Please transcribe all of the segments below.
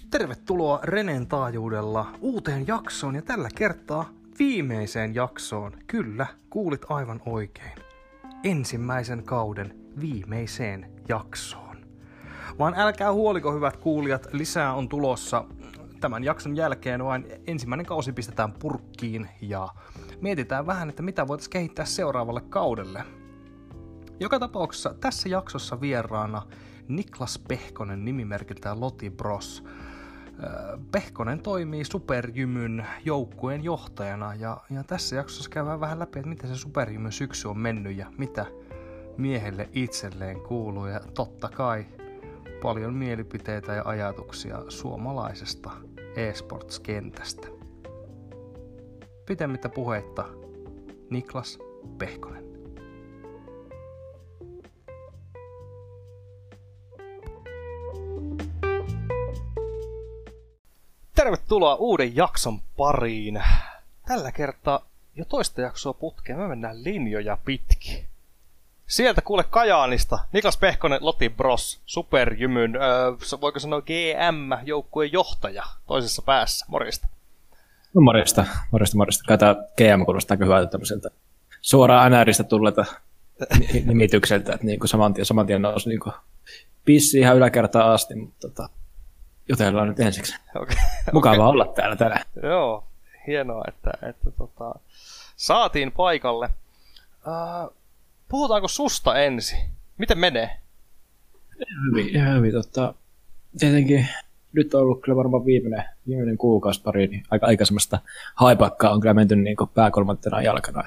Tervetuloa Renen taajuudella uuteen jaksoon ja tällä kertaa viimeiseen jaksoon. Kyllä, kuulit aivan oikein. Ensimmäisen kauden viimeiseen jaksoon. Vaan älkää huoliko hyvät kuulijat, lisää on tulossa. Tämän jakson jälkeen vain ensimmäinen kausi pistetään purkkiin ja mietitään vähän, että mitä voitaisiin kehittää seuraavalle kaudelle. Joka tapauksessa tässä jaksossa vieraana Niklas Pehkonen nimimerkiltään Loti Bros. Pehkonen toimii Superjymyn joukkueen johtajana ja tässä jaksossa käydään vähän läpi, että miten se Superjymyn syksy on mennyt ja mitä miehelle itselleen kuuluu ja totta kai paljon mielipiteitä ja ajatuksia suomalaisesta e-sports-kentästä. Pitemmittä puheitta, Niklas Pehkonen. Tervetuloa uuden jakson pariin. Tällä kertaa jo toista jaksoa putkeen. Me mennään linjoja pitkin. Sieltä kuule Kajaanista. Niklas Pehkonen, Loti Bros, Superjymyn, voiko sanoa GM-joukkueen johtaja toisessa päässä. Morjesta. No morjesta. Kai tämä GM kuulostaa aika hyvältä tämmöiseltä suoraan NRistä tulleelta nimitykseltä, että niin saman tien nousi niin pissi ihan yläkertaan asti, mutta jutellaan nyt ensiksi. Okay. Mukavaa olla täällä tänään. Joo, hienoa, että saatiin paikalle. Puhutaanko susta ensin? Miten menee? Ihan hyvin. Tietenkin nyt on ollut kyllä varmaan viimeinen kuukausi pari, niin aika aikaisemmasta haipakkaa on kyllä menty niin pääkolmantena jalkana.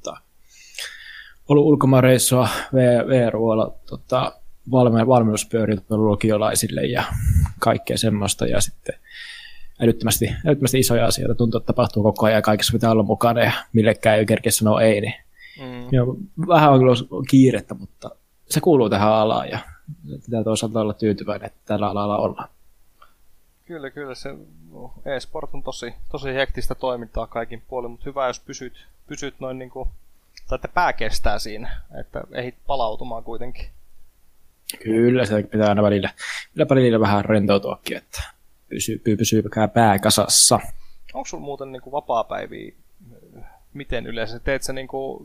Ollut ulkomaanreissua, VR-uolla, valmennuspyörit lukiolaisille ja kaikkea semmoista ja sitten älyttömästi isoja asioita. Tuntuu, että tapahtuu koko ajan ja kaikessa pitää olla mukana ja millekään ei kerkeä sanoa ei. Niin. Ja vähän on kyllä kiirettä, mutta se kuuluu tähän alaan ja pitää toisaalta olla tyytyväinen, että tällä alalla ollaan. Kyllä se e-sport on tosi hektistä toimintaa kaikin puolin, mutta hyvä jos pysyt noin niinku, tai että pää kestää siinä, että ehdit palautumaan kuitenkin. Kyllä, se pitää aina välillä vähän rentoutuakin, että pysyy pää kasassa. Onko sulla muuten niinku vapaapäiviä, miten yleensä? Teet sä niinku,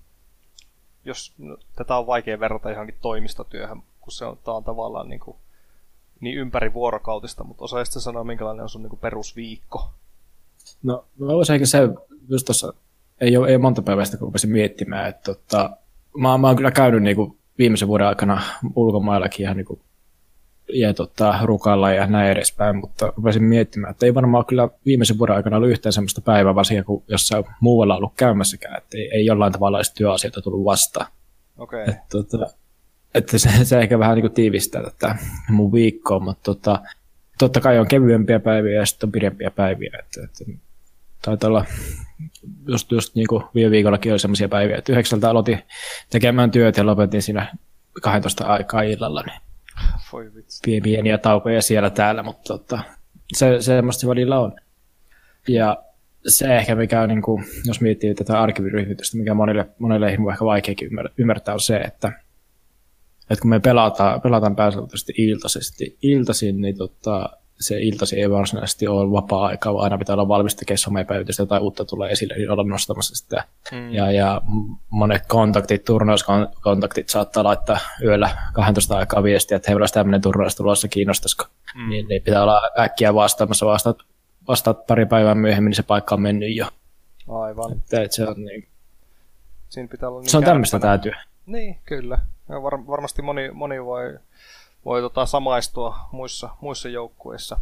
jos tätä on vaikea verrata johonkin toimistotyöhön, kun tää on tavallaan niinku, niin ympärivuorokautista, mutta osaisitko sanoa, minkälainen on sun niinku perusviikko? No voisin ehkä se, just tuossa ei ole monta päivästä, kun rupesin miettimään, että mä oon kyllä käynyt niinku viimeisen vuoden aikana ulkomaillakin ihan niin kuin, ja rukalla ja näin edespäin, mutta rupesin miettimään, että ei varmaan kyllä viimeisen vuoden aikana ollut yhtään sellaista päivää varsinkin kuin jossain muualla ollut käymässäkään, että ei jollain tavalla edes työasioita tullut vastaan. Okay. Että se ehkä vähän niin kuin tiivistää tätä mun viikkoa, mutta totta kai on kevyempiä päiviä ja sitten on pidempiä päiviä, että taitaa olla, just niin kuin viime viikollakin oli sellaisia päiviä, että 9 aloitin tekemään työt ja lopetin siinä 12 aikaa illalla, niin pieniä taukoja siellä täällä, mutta se semmoista se välillä on. Ja se ehkä mikä on, niin kuin, jos miettii tätä arkiviryhmitystä, mikä monelle on ehkä vaikeakin ymmärtää, on se, että kun me pelataan pääsääntöisesti iltaisin, niin se iltasi ei varsinaisesti ole vapaa-aikaa, vaan aina pitää olla valmis tekemään somepäivitystä tai uutta tulee esille, niin olla nostamassa sitä. Ja monet turnauskontaktit saattaa laittaa yöllä 12 aikaa viestiä, että hei, olisi tämmöinen turnaus tulossa, kiinnostaisiko. Niin pitää olla äkkiä vastaamassa, vastaat pari päivää myöhemmin, niin se paikka on mennyt jo. Aivan. Se on, niin, siinä pitää olla niin se on tämmöistä tämä työ. Niin, kyllä. Ja varmasti moni voi samaistua muissa joukkueissa.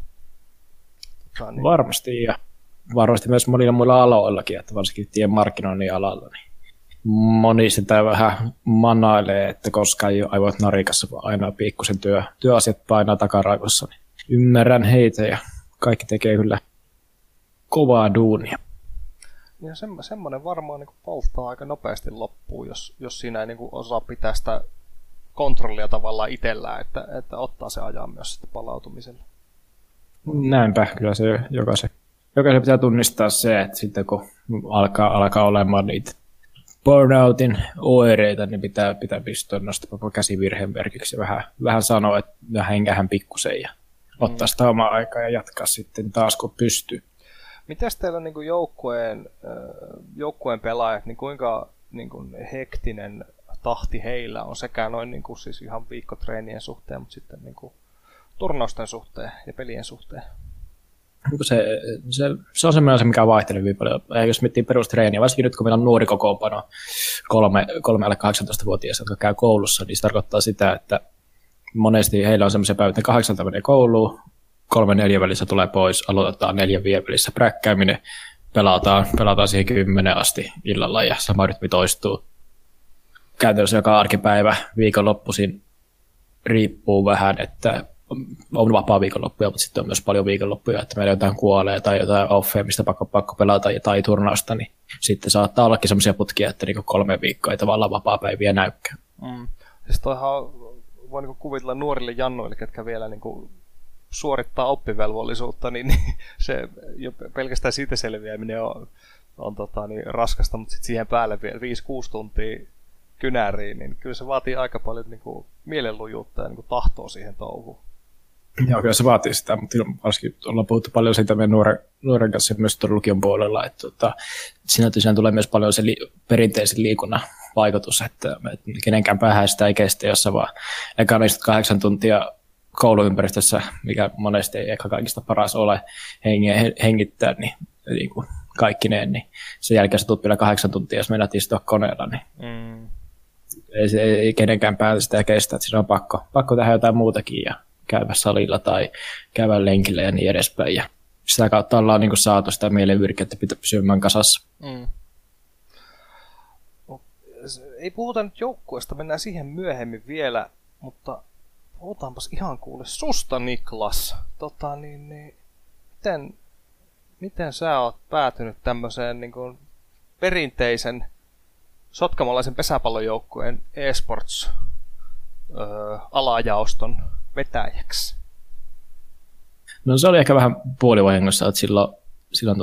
Niin. Varmasti, ja varmasti myös monilla muilla aloillakin, että varsinkin tien markkinoinnin alalla, niin moni sitä vähän manailee, että koska ei ole aivot narikassa, vaan aina pikkusen työasiat painaa takaraivossa. Niin ymmärrän heitä ja kaikki tekee kyllä kovaa duunia. Ja semmoinen varmaan niin polttaa aika nopeasti loppuun, jos siinä ei niin osaa pitää sitä kontrollia tavallaan itsellään, että ottaa se ajan myös sitten palautumiselle. Näinpä, kyllä se jokaisen pitää tunnistaa se, että sitten kun alkaa olemaan niitä burnoutin oireita, niin pitää pystyä nostamaan käsivirheen merkiksi ja vähän sanoa, että hengähän pikkusen ja ottaa sitä omaa aikaa ja jatkaa sitten taas kun pystyy. Mitäs teillä on niin joukkueen pelaajat, niin kuinka niin kuin hektinen tahti heillä on sekä noin niin kuin siis ihan viikkotreenien suhteen, mutta sitten niin kuin turnausten suhteen ja pelien suhteen? Se on semmoinen asia, mikä vaihtelee hyvin paljon. Jos miettii perustreeniä, varsinkin nyt kun meillä on nuori kokoonpano, 3-18-vuotiaista, jotka käy koulussa, niin se tarkoittaa sitä, että monesti heillä on semmoisia päivät, että 8 menee kouluun, 3-4 välissä tulee pois, aloitetaan 4-5 välissä präkkääminen, pelataan siihen 10 asti illalla ja sama rytmi toistuu. Käytännössä joka arkipäivä, viikonloppuisin riippuu vähän, että on vapaa viikonloppuja, mutta sitten on myös paljon viikonloppuja, että meillä jotain kuolee tai jotain offeja, mistä pakko pelata tai turnausta, niin sitten saattaa ollakin semmoisia putkia, että niinku 3 viikkoa ei tavallaan vapaa-päiviä näykään. Siis toihan voi niinku kuvitella nuorille jannuille, ketkä vielä niinku suorittaa oppivelvollisuutta, niin se jo pelkästään siitä selviäminen on raskasta, mutta sitten siihen päälle vielä 5-6 tuntia kynäriin, niin kyllä se vaatii aika paljon niinku mielenlujuutta ja niinku tahtoa siihen touhuun. Joo, kyllä se vaatii sitä, mutta varsinkin ollaan puhuttu paljon siitä meidän nuoren kanssa myös lukion puolella, että siinä tosiaan tulee myös paljon se perinteisen liikunnan vaikutus, että kenenkään päähän sitä ei kestä, jos sä vaan eka 8 tuntia kouluympäristössä, mikä monesti ei ehkä kaikista paras ole hengittää, niin kuin kaikkineen, niin sen jälkeen sä tulet vielä 8 tuntia, jos menet istua koneella, niin ei kenenkään päätä sitä kestä, että siinä on pakko tehdä jotain muutakin ja käydä salilla tai käydä lenkillä ja niin edespäin. Ja sitä kautta ollaan niin kuin saatu sitä mielenvirkettä pysymään kasassa. Ei puhuta nyt joukkueesta, mennään siihen myöhemmin vielä, mutta puhutaanpas ihan kuule susta, Niklas. Miten sä oot päätynyt tämmöiseen niin kuin perinteisen sotkamolaisen pesäpallojoukkueen eSports alajaoston vetäjäksi? No se oli ehkä vähän puolivahingossa, että silloin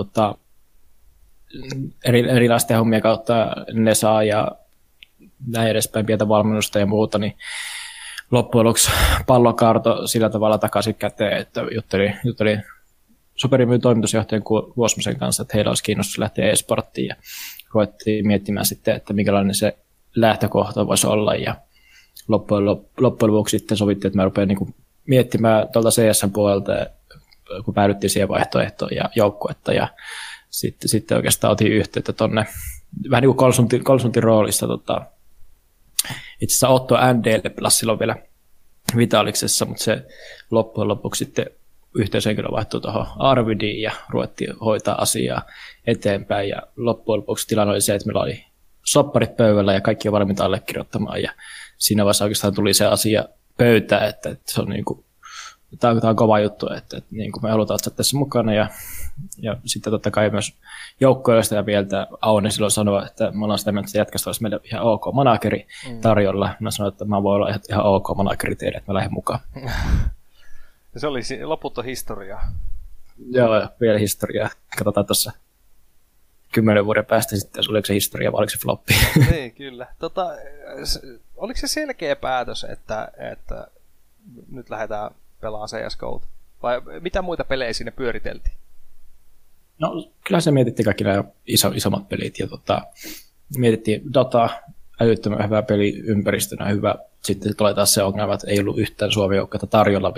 erilaisten hommien kautta ne saa ja näin edespäin pientä valmennusta ja muuta, niin loppujen lopuksi pallo kaarto sillä tavalla takaisin käteen, että juttelin Superimyn toimitusjohtajan Kuosmosen kanssa, että heillä olisi kiinnostus lähteä e-sporttiin ja ruvettiin miettimään sitten, että minkälainen se lähtökohta voisi olla ja loppujen lopuksi sitten sovittiin, että mä rupean niin miettimään tuolta CS:n puolelta, kun päädyttiin siihen vaihtoehtoon ja joukkuetta ja sitten oikeastaan otin yhteyttä tonne vähän niin kuin konsultin roolissa itse asiassa Otto NDL pelasi silloin vielä Vitaliksessa, mutta se loppujen lopuksi sitten yhteyshenkilö vaihtui tuohon Arvidiin ja ruvettiin hoitaa asiaa eteenpäin ja loppujen lopuksi tilanne oli se, että meillä oli sopparit pöydällä ja kaikki on valmiita allekirjoittamaan ja siinä vaiheessa oikeastaan tuli se asia pöytään, että se on niin kuin, tämä on kova juttu, että niin kuin me halutaan ottaa tässä mukana ja sitten totta kai myös joukkoilista ja vielä Aune silloin sanoi, että me ollaan sitä mieltä, että jätkästä olisi meille ihan ok manageri tarjolla. Mä sanoin, että mä voin olla ihan ok manageri teille, että mä lähden mukaan. Se oli loputon historia. Joo, vielä historiaa. Katsotaan tuossa 10 vuoden päästä sitten, oliko se historia vai oliko se floppi. Niin, kyllä. Oliko se selkeä päätös, että nyt lähdetään pelaamaan CSGO:ta? Vai mitä muita pelejä sinne pyöriteltiin? No, kyllä se mietittiin kaikki nämä isommat pelit ja mietittiin älyttömän hyvä peli ympäristönä hyvä. Sitten tulee taas se ongelma, että ei ollut yhtään Suomi-joukkoita tarjolla,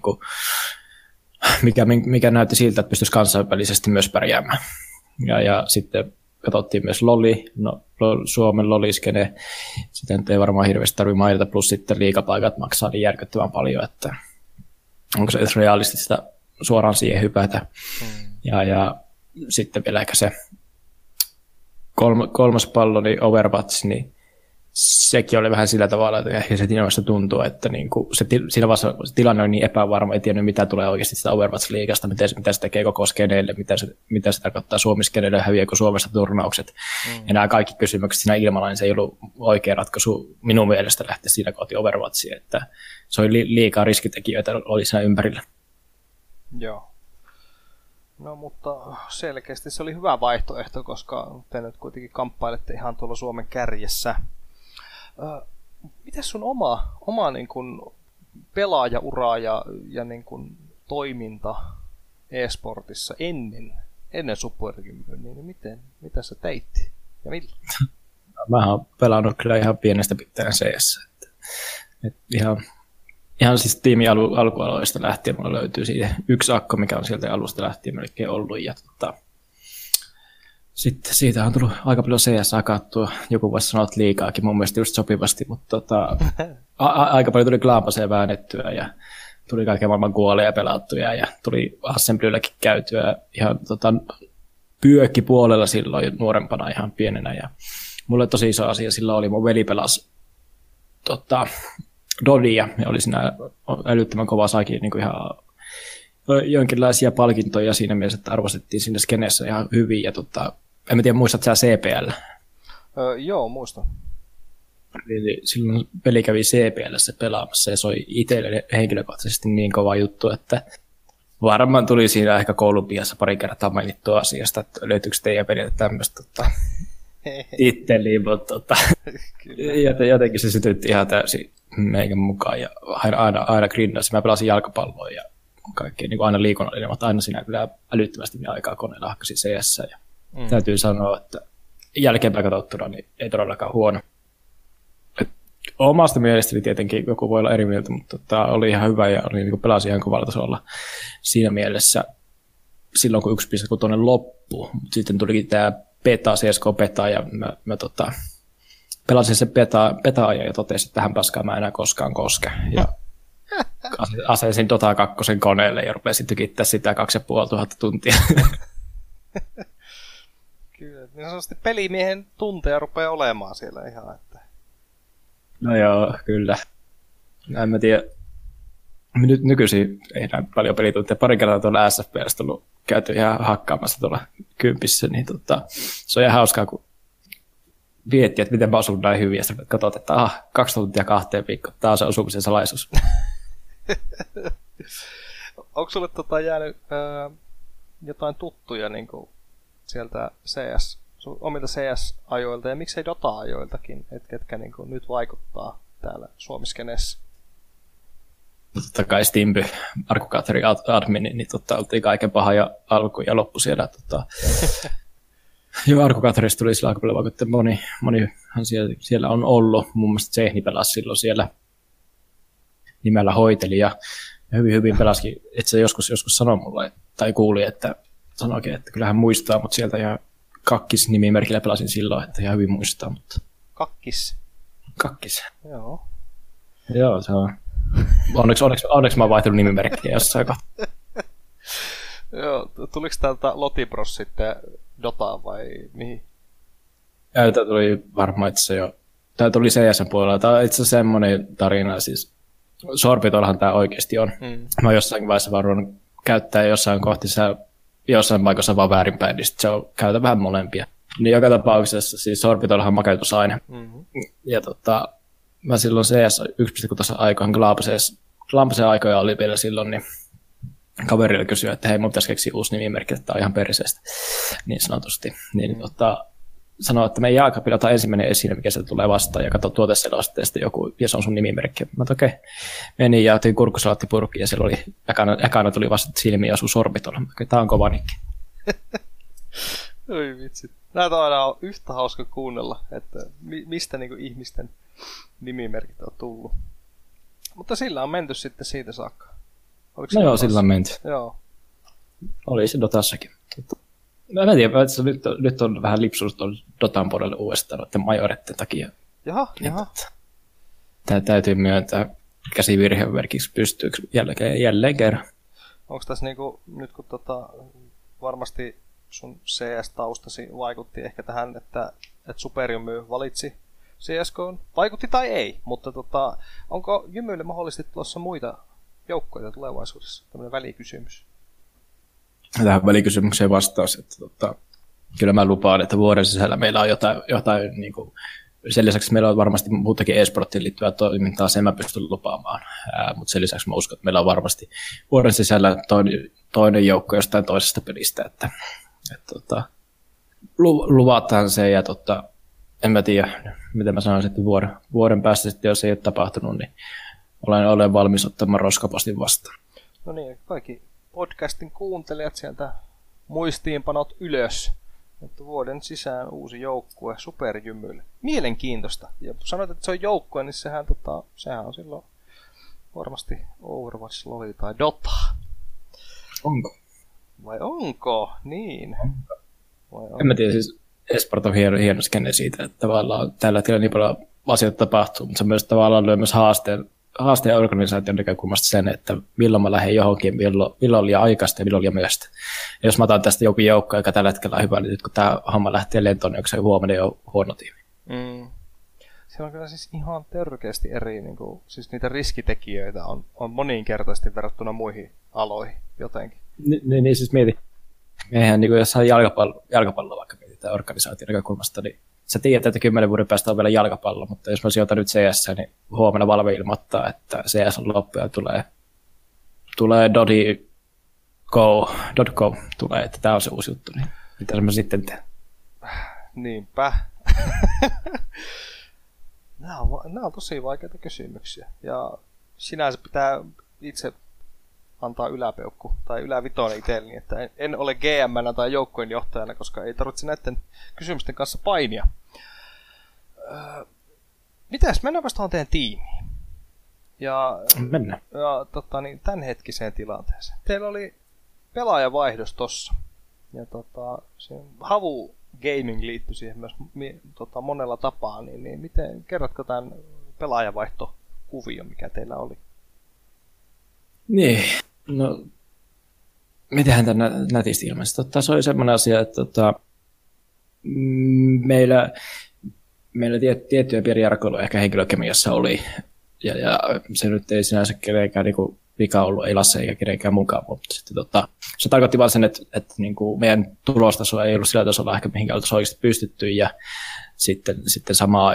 mikä näytti siltä, että pystyisi kansainvälisesti myös pärjäämään. Ja sitten katsottiin myös Suomen loliskene. Sitä ei varmaan hirveästi tarvitse mainita, plus sitten liigapaikat maksaa niin järkyttävän paljon, että onko se edes realistista suoraan siihen hypätä. Ja sitten vielä ehkä se kolmas pallo, niin Overwatch, niin sekin oli vähän sillä tavalla, että se tilannesta tuntuu, että niinku siinä vaiheessa se tilanne on niin epävarma, ei tiennyt mitä tulee oikeasti sitä Overwatch-liigasta, mitä se tekee koko skeneille, mitä se tarkoittaa Suomi-skeneille, häviääkö Suomesta turnaukset. Ja nämä kaikki kysymykset siinä ilmalla, niin se ei ollut oikea ratkaisu minun mielestä lähteä siinä kohti Overwatchia, että se oli liikaa riskitekijöitä oli siinä ympärillä. Joo. No mutta selkeästi se oli hyvä vaihtoehto, koska te nyt kuitenkin kamppailette ihan tuolla Suomen kärjessä. Mites sun oma niin kun pelaajaura ja niin kun toiminta e-sportissa ennen Supergymyä, niin mitä sä teitti ja milloin? Mä oon pelannut kyllä ihan pienestä pitäen CS. Ihan siis tiimin alkualoista lähtien mulla löytyy siitä yksi akko, mikä on sieltä alusta lähtien melkein ollut. Ja sitten siitä on tullut aika paljon CS kattua. Joku voisi sanoa, että liikaakin mun mielestä just sopivasti, mutta aika paljon tuli Glampaseen väännettyä ja tuli kaiken maailman kuoleja pelattuja ja tuli Assemblylläkin käytyä ihan pyökkipuolella silloin nuorempana ihan pienenä. Ja mulle tosi iso asia silloin oli, mun veli pelasi Dodia, ja oli siinä älyttömän kova, saakin niin kuin ihan jonkinlaisia palkintoja siinä mielessä, että arvostettiin siinä skeneessä ihan hyvin. Ja en tiedä, muistat sä CPL? Joo, muistan. Eli silloin peli kävi CPL:ssä pelaamassa, ja se oli itselle henkilökohtaisesti niin kova juttu, että varmaan tuli siinä ehkä koulupiassa pari kertaa mainittua asiasta, että löytyykö teidän peliltä tämmöistä titteliä, mutta jotenkin se sytytti ihan täysin meikän mukaan, ja aina grindasi. Mä pelasin jalkapalloa ja kaikkea, niin kuin aina liikunnallinen, mutta aina siinä kyllä älyttömästi aikaa koneella hakkasin CS, ja täytyy sanoa, että jälkeenpäin katsottuna niin ei todellakaan huono. Omasta mielestäni tietenkin joku voi olla eri mieltä, mutta oli ihan hyvä ja oli, niin pelasi ihan kovalla tasolla siinä mielessä silloin, kun 1.6 loppui. Sitten tulikin tämä CSK-beta, ja mä pelasin sen beta ja totesin, että tähän paskaan mä enää koskaan koske. Ja asensin Dota 2 koneelle ja rupesin tykittää sitä 2500 tuntia. Kyllä, niin sanotusti pelimiehen tunteja rupeaa olemaan siellä ihan, että... No joo, kyllä. En mä tiedä. Nyt nykyisin ei enää paljon pelitunteja. Pari kertaa tuolla SFP:ssä tullut käyty ihan hakkaamassa tuolla kympissä, niin se on ihan hauskaa, kun miettii, että miten mä osun näin hyvin, ja sitten katsot, että 2 tuntia 2 viikkoon, tämä on se osumisen salaisuus. Onko sulle jäänyt jotain tuttuja niin kuin sieltä omilta CS-ajoilta, ja miksei Dota-ajoiltakin, ketkä niin kuin nyt vaikuttaa täällä Suomiskenessä? Totta kai Stimpy, Markku Katri admini, niin oltiin kaiken paha ja alku ja loppu siellä. Joo, Arko Katrista tuli sillä aika paljon vaikka, että monihan siellä on ollut. Mun mielestä Sehni pelasi silloin siellä nimellä hoiteli ja hyvin pelasikin. Että se joskus sanoi mulle, tai kuuli, että sanoikin, että kyllähän muistaa, mutta sieltä ihan Kakkis nimimerkillä pelasin silloin, että ihan hyvin muistaa. Mutta... Kakkis. Joo. Joo, se on. Onneksi mä oon vaihtanut nimimerkkiä jossain kohtaa. Joo, tuliko täältä Lotibros sitten Dotaan vai mihin? Tämä tuli varmaan itse jo. Tämä tuli CS:n puolella. Tämä on itse asiassa semmoinen tarina, siis Sorbitollahan tämä oikeasti on. Mä oon jossain vaiheessa varmaan käyttää jossain kohti jossain paikassa vaan väärinpäin, niin se on käytä vähän molempia. Niin joka tapauksessa siis Sorbitollahan on makeutusaine. Ja mä silloin CS 1.6 aikoihin Glampaseen aikoja oli vielä silloin, niin kaverille kysyä, että hei, mun pitäisi keksiä uusi nimimerkki, että tämä on ihan perisestä, niin sanotusti. Niin sanoi, että meidän Jaakobilla otetaan ensimmäinen esine, mikä sieltä tulee vastaan, ja katso tuoteselosteesta joku, ja se on sun nimimerkki. Mä okei. Menin ja otin kurkkusalaattipurkki, ja siellä oli, ekana tuli vasta silmiin ja asui Sorbitolla. Tämä on kova nikki. Oi vitsi. Näitä on aina yhtä hauska kuunnella, että mistä niinku ihmisten nimimerkit on tullut. Mutta sillä on menty sitten siitä saakka. No joo, sillä on menty. Joo. Oli se Dotassakin. Mä en tiedä, että nyt on vähän lipsunut tuon Dotan puolelle uudestaan noiden majoretten takia. Jaha. Tää täytyy myöntää käsivirhemerkiksi pystyykö jälleen kerran. Onko tässä niinku, nyt kun varmasti sun CS-taustasi vaikutti ehkä tähän, että Superjymy valitsi CS:n, vaikutti tai ei, mutta onko Jymylle mahdollisesti tulossa muita joukkoja tulevaisuudessa? Tämmöinen välikysymys. Tähän välikysymykseen vastaus, että kyllä mä lupaan, että vuoden sisällä meillä on jotain niin kuin, sen lisäksi meillä on varmasti muutakin e-sporttiin liittyvää toimintaa, sen mä pystyn lupaamaan, mutta sen lisäksi mä uskon, että meillä on varmasti vuoden sisällä toinen joukko jostain toisesta pelistä, että luvataan se ja en mä tiedä, miten mä sanoisin, että vuoden päästä sitten, jos ei ole tapahtunut, niin olen valmis ottamaan roskapostin vastaan. No niin, kaikki podcastin kuuntelijat sieltä muistiinpanot ylös. Että vuoden sisään uusi joukkue Superjymylle. Mielenkiintoista. Ja sanoit, että se on joukkue, niin sehän on silloin varmasti Overwatch, LoL tai Dota. Onko? Vai onko? Niin. Vai onko? En mä tiedä, siis Esport on hieno skenne siitä, että tavallaan tällä hetkellä niin paljon asioita tapahtuu, mutta se myös tavallaan lyö myös haasteen organisaation näkökulmasta sen, että milloin mä lähden johonkin, milloin on liian aikaista ja milloin on liian myöhäistä. Ja jos mä otan tästä joku joukko, joka tällä hetkellä on hyvä, niin nyt kun tämä homma lähtee lentoon, niin onko se huomenna jo huono tiimi? Se on kyllä siis ihan törkeästi eri, niin kuin, siis niitä riskitekijöitä on moninkertaisesti verrattuna muihin aloihin jotenkin. Niin siis mieti. Eihän niin jos jalkapallo vaikka mietitään organisaation näkökulmasta, niin sä tiedät, että 10 vuoden päästä on vielä jalkapallo, mutta jos mä sijoitan nyt CS, niin huomenna Valve ilmoittaa, että CS on loppu ja tulee .go tulee, että tää on se uusi juttu, niin mitä mä sitten teen? Niinpä. Nämä on tosi vaikeita kysymyksiä. Ja sinänsä pitää itse antaa yläpeukku tai ylävitonen itselleni, että en ole GM-nä tai joukkueen johtajana, koska ei tarvitse näiden kysymysten kanssa painia. Mitäs, mennään vasta tuohon teidän tiimiin. Mennään. Ja tämänhetkiseen tilanteeseen. Teillä oli pelaajavaihdos tossa. Ja Havu Gaming liittyi siihen myös monella tapaa, niin miten, kerrotko tämän pelaajavaihtokuvion, mikä teillä oli? Niin, no mitähän tämä nätisti ilmeisesti. Se oli semmoinen asia, että meillä tiettyjä pieniä rakoiluja ehkä henkilökemiassa oli, ja se nyt ei sinänsä kenenkään niinku vika ollut, ei Lasse eikä kenenkään mukaan, mutta sitten se tarkoitti vaan sen, että niinku meidän tulostaso ei ollut sillä tasolla ehkä mihinkään oltaisiin oikeasti pystytty, ja sitten samaan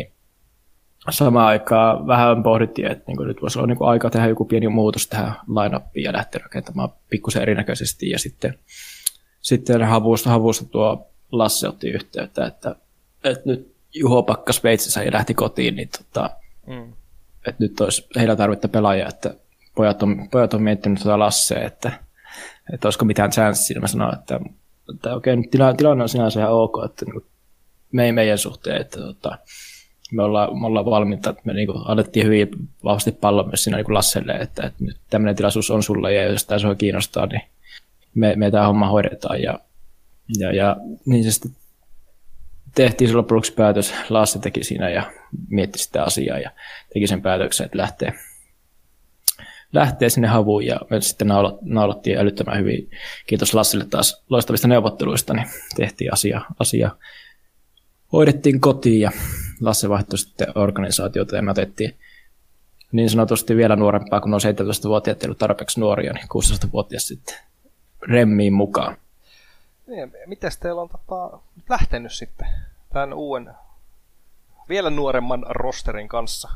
aikaan vähän pohdittiin, että niinku nyt voisi olla niinku aika tehdä joku pieni muutos tähän line-upiin ja lähteä rakentamaan pikkusen erinäköisesti, ja sitten havusta tuo Lasse otti yhteyttä, että nyt Juho pakkas Sveitsissä ja lähti kotiin, niin että nyt olisi heillä tarvittaa pelaajia, että pojat on miettinyt Lassea, että olisiko mitään chanssiä. Mä sanoin, että okei, tilanne on sinänsä ihan ok, että meidän suhteen, että me ollaan valmiita, että me annettiin hyvin vahvasti pallon myös siinä Lasselle, että nyt tämmöinen tilaisuus on sulla, ja jos tämä sua kiinnostaa, niin me tämä homma hoidetaan, ja niin se sitten tehtiin silloin lopuksi päätös. Lasse teki siinä ja mietti sitä asiaa ja teki sen päätöksen, että lähtee sinne havuun, ja me sitten naulattiin älyttömän hyvin. Kiitos Lasselle taas loistavista neuvotteluista, niin tehtiin asia. Hoidettiin kotiin, ja Lasse vaihtoi sitten organisaatiota, ja me otettiin niin sanotusti vielä nuorempaa, kun on 17-vuotiaat, ei ollut tarpeeksi nuoria, niin 16-vuotias sitten remmiin mukaan. Niin, mites teillä on lähtenyt sitten tämän uuden, vielä nuoremman rosterin kanssa?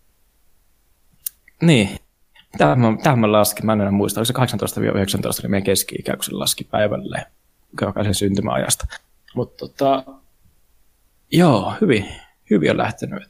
Niin, tähän mä laskin, mä en enää muista, oliko se 18-19 oli meidän keski-ikä, kun se laski päivälle jokaisen syntymäajasta. Mutta joo, hyvin on lähtenyt.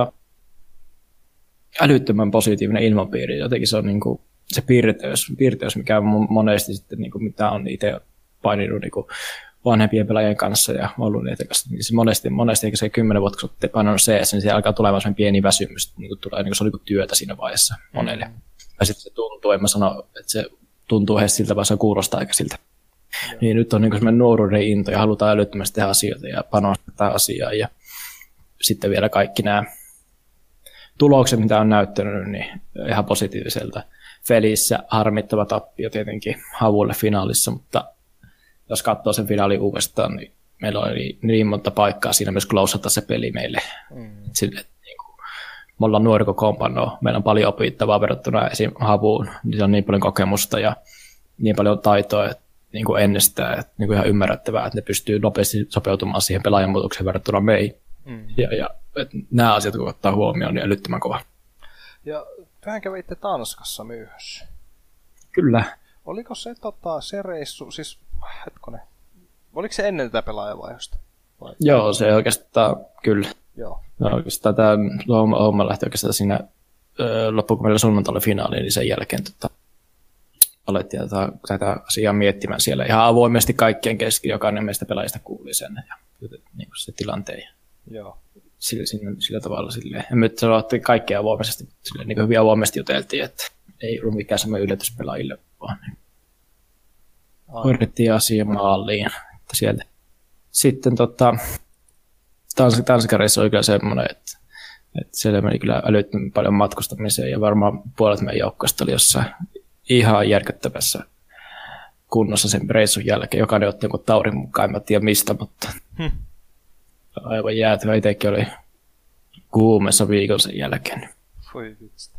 Älyttömän positiivinen ilmapiiri, jotenkin se on niinku se piirteys, mikä on monesti sitten, niinku, mitä on itse paininut niinku vanhempien pelaajien kanssa ja ollut niiden kanssa. Niin se monesti eikä se 10 vuotta, kun olet painanut CS, niin se alkaa tulemaan sellainen pieni väsymys, niin tulee, niin se on niin työtä siinä vaiheessa monelle. Ja sitten se tuntuu, en mä sano, että se tuntuu edes siltä, vaan se kuulostaa aika siltä. Niin nyt on niin semmoinen nuoruuden into ja halutaan älyttömästi tehdä asioita ja panostaa asiaan. Ja sitten vielä kaikki nämä tulokset, mitä on näyttänyt, niin ihan positiiviselta. Felissä harmittava tappio tietenkin Havulle finaalissa, mutta jos katsoo sen finaalin uudestaan, niin meillä oli niin monta paikkaa siinä myös closeata se peli meille. Sille, niin kuin, me ollaan nuori kokoonpanoa, meillä on paljon opittavaa verrattuna esim. Havuun, niin se on niin paljon kokemusta ja niin paljon taitoa, että niin kuin ennestään, että niin kuin ihan ymmärrettävää, että ne pystyy nopeasti sopeutumaan siihen pelaajan muutokseen verrattuna meihin. Ja että nämä asiat, kun ottaa huomioon, niin älyttömän kova. Ja tehän kävitte Tanskassa myös. Kyllä. Oliko se, se reissu, siis oliko se ennen tätä pelaajavaihdosta? Joo, se oikeastaan kyllä. Joo. No, oikeastaan tämä homma lähti oikeastaan siinä loppuun, kun meillä sunnuntaille finaali, niin sen jälkeen alettiin tätä asiaa miettimään siellä ihan avoimesti kaikkien kesken, jokainen meistä pelaajista kuuli sen ja niin kuin se tilanteen. Joo. Sillä tavalla silleen. En nyt sano, että kaikkea avoimesti, mutta silleen, niin hyvin avoimesti juteltiin, että ei ollut mikään semmoinen yllätys pelaajille, vaan hoidettiin asia maaliin. Että sieltä. Sitten Tanskan reissu oli kyllä semmoinen, että siellä meni kyllä älyttömän paljon matkustamiseen ja varmaan puolet meidän joukkoista oli jossain ihan järkyttävässä kunnossa sen reissun jälkeen. Jokainen otti jonkun taurin mukaan, en tiedä mistä, mutta aivan jäätävä. Itsekin oli kuumessa viikon sen jälkeen. Voi vitsi.